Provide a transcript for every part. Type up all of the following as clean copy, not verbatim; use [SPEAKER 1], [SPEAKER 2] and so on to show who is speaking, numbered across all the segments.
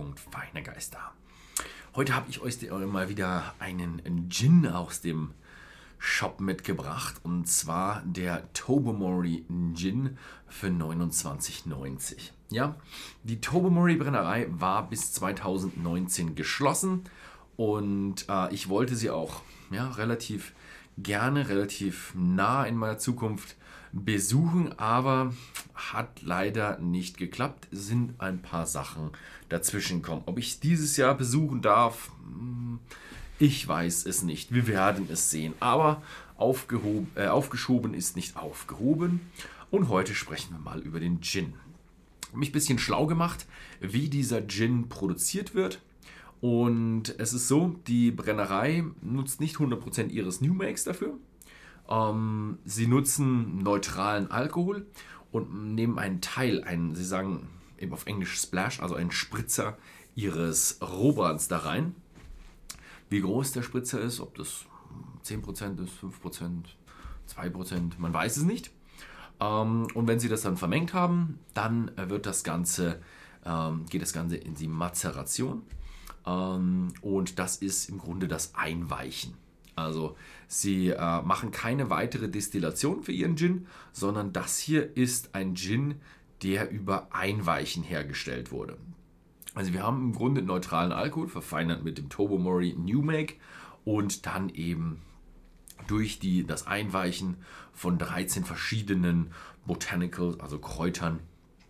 [SPEAKER 1] und feine Geister. Heute habe ich euch mal wieder einen Gin aus dem Shop mitgebracht, und zwar der Tobermory Gin für 29,90. Ja, die Tobermory Brennerei war bis 2019 geschlossen, und ich wollte sie auch relativ gerne, relativ nah in meiner Zukunft besuchen, aber hat leider nicht geklappt. Es sind ein paar Sachen dazwischen gekommen. Ob ich dieses Jahr besuchen darf, ich weiß es nicht. Wir werden es sehen. Aber aufgeschoben ist nicht aufgehoben. Und heute sprechen wir mal über den Gin. Ich habe mich ein bisschen schlau gemacht, wie dieser Gin produziert wird. Und es ist so, die Brennerei nutzt nicht 100% ihres New Makes dafür. Sie nutzen neutralen Alkohol und nehmen einen Teil, sie sagen eben auf Englisch Splash, also einen Spritzer ihres Rohbrands da rein. Wie groß der Spritzer ist, ob das 10% ist, 5%, 2%, man weiß es nicht. Und wenn sie das dann vermengt haben, dann geht das Ganze in die Mazeration. Und das ist im Grunde das Einweichen. Also sie machen keine weitere Destillation für ihren Gin, sondern das hier ist ein Gin, der über Einweichen hergestellt wurde. Also wir haben im Grunde neutralen Alkohol, verfeinert mit dem Tobermory New Make, und dann eben durch das Einweichen von 13 verschiedenen Botanicals, also Kräutern,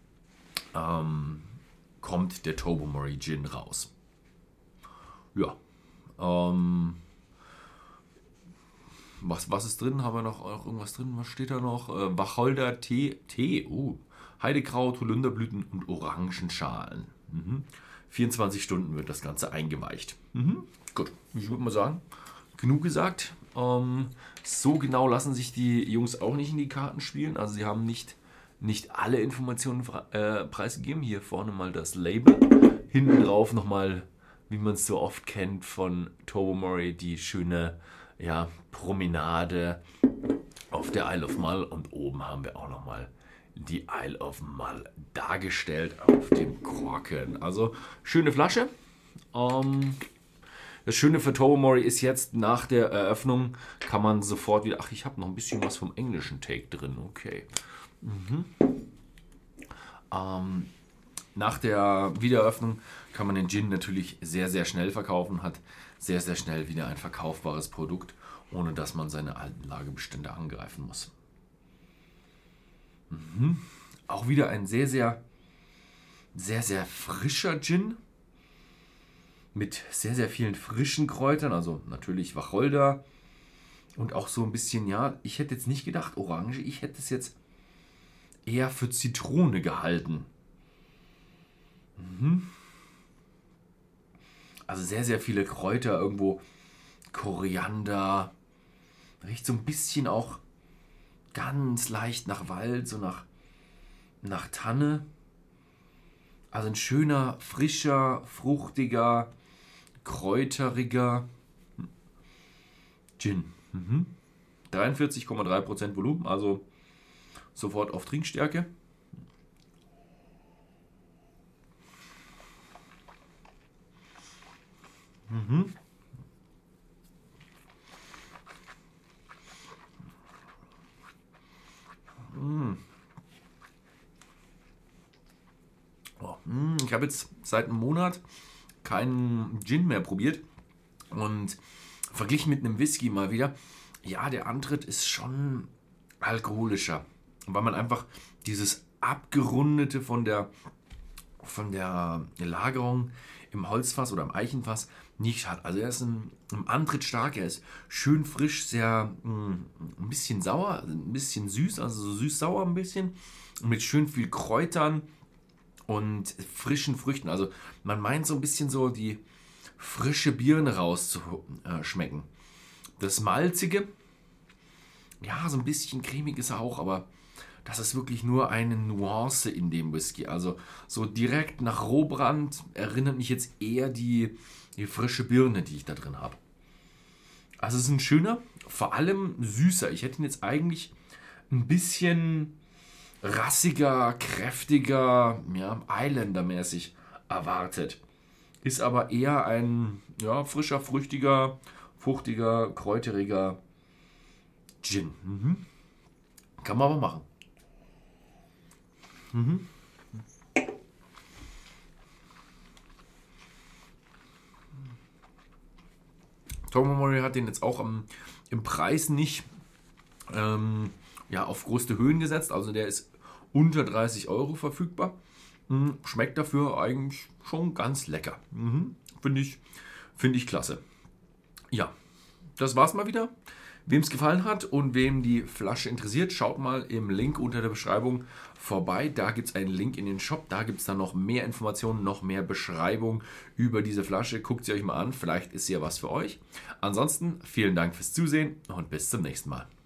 [SPEAKER 1] kommt der Tobermory Gin raus. Ja, was ist drin? Haben wir noch irgendwas drin? Was steht da noch? Wacholder, Tee, Heidekraut, Holunderblüten und Orangenschalen. 24 Stunden wird das Ganze eingeweicht. Gut, ich würde mal sagen, genug gesagt. So genau lassen sich die Jungs auch nicht in die Karten spielen. Also sie haben nicht alle Informationen preisgegeben. Hier vorne mal das Label. Hinten drauf nochmal, wie man es so oft kennt von Tobermory, die schöne Promenade auf der Isle of Mull, und oben haben wir auch nochmal die Isle of Mull dargestellt auf dem Korken. Also schöne Flasche. Das Schöne für Tobermory ist jetzt, nach der Eröffnung kann man sofort wieder, ich habe noch ein bisschen was vom englischen Take drin, okay. Nach der Wiedereröffnung kann man den Gin natürlich sehr, sehr schnell verkaufen, hat sehr, sehr schnell wieder ein verkaufbares Produkt, ohne dass man seine alten Lagerbestände angreifen muss. Auch wieder ein sehr, sehr, sehr, sehr frischer Gin mit sehr, sehr vielen frischen Kräutern, also natürlich Wacholder und auch so ein bisschen, ich hätte jetzt nicht gedacht Orange, ich hätte es jetzt eher für Zitrone gehalten. Also sehr, sehr viele Kräuter, irgendwo Koriander, riecht so ein bisschen auch ganz leicht nach Wald, so nach Tanne. Also ein schöner, frischer, fruchtiger, kräuteriger Gin. 43,3% Volumen, also sofort auf Trinkstärke. Ich habe jetzt seit einem Monat keinen Gin mehr probiert, und verglichen mit einem Whisky mal wieder, der Antritt ist schon alkoholischer, weil man einfach dieses Abgerundete von der Lagerung im Holzfass oder im Eichenfass nicht hat. Also er ist im Antritt stark, er ist schön frisch, sehr ein bisschen sauer, ein bisschen süß, also so süß-sauer ein bisschen, mit schön viel Kräutern und frischen Früchten. Also man meint so ein bisschen so die frische Birne rauszuschmecken. Das Malzige, so ein bisschen cremig ist er auch, aber das ist wirklich nur eine Nuance in dem Whisky. Also so direkt nach Rohbrand erinnert mich jetzt eher die frische Birne, die ich da drin habe. Also es ist ein schöner, vor allem süßer. Ich hätte ihn jetzt eigentlich ein bisschen rassiger, kräftiger, Islander-mäßig erwartet. Ist aber eher ein frischer, fruchtiger, kräuteriger Gin. Kann man aber machen. Tobermory hat den jetzt auch im Preis nicht auf größte Höhen gesetzt. Also der ist unter 30 Euro verfügbar. Schmeckt dafür eigentlich schon ganz lecker. Finde ich klasse. Ja, das war's mal wieder. Wem es gefallen hat und wem die Flasche interessiert, schaut mal im Link unter der Beschreibung vorbei. Da gibt es einen Link in den Shop. Da gibt es dann noch mehr Informationen, noch mehr Beschreibung über diese Flasche. Guckt sie euch mal an. Vielleicht ist sie ja was für euch. Ansonsten vielen Dank fürs Zusehen und bis zum nächsten Mal.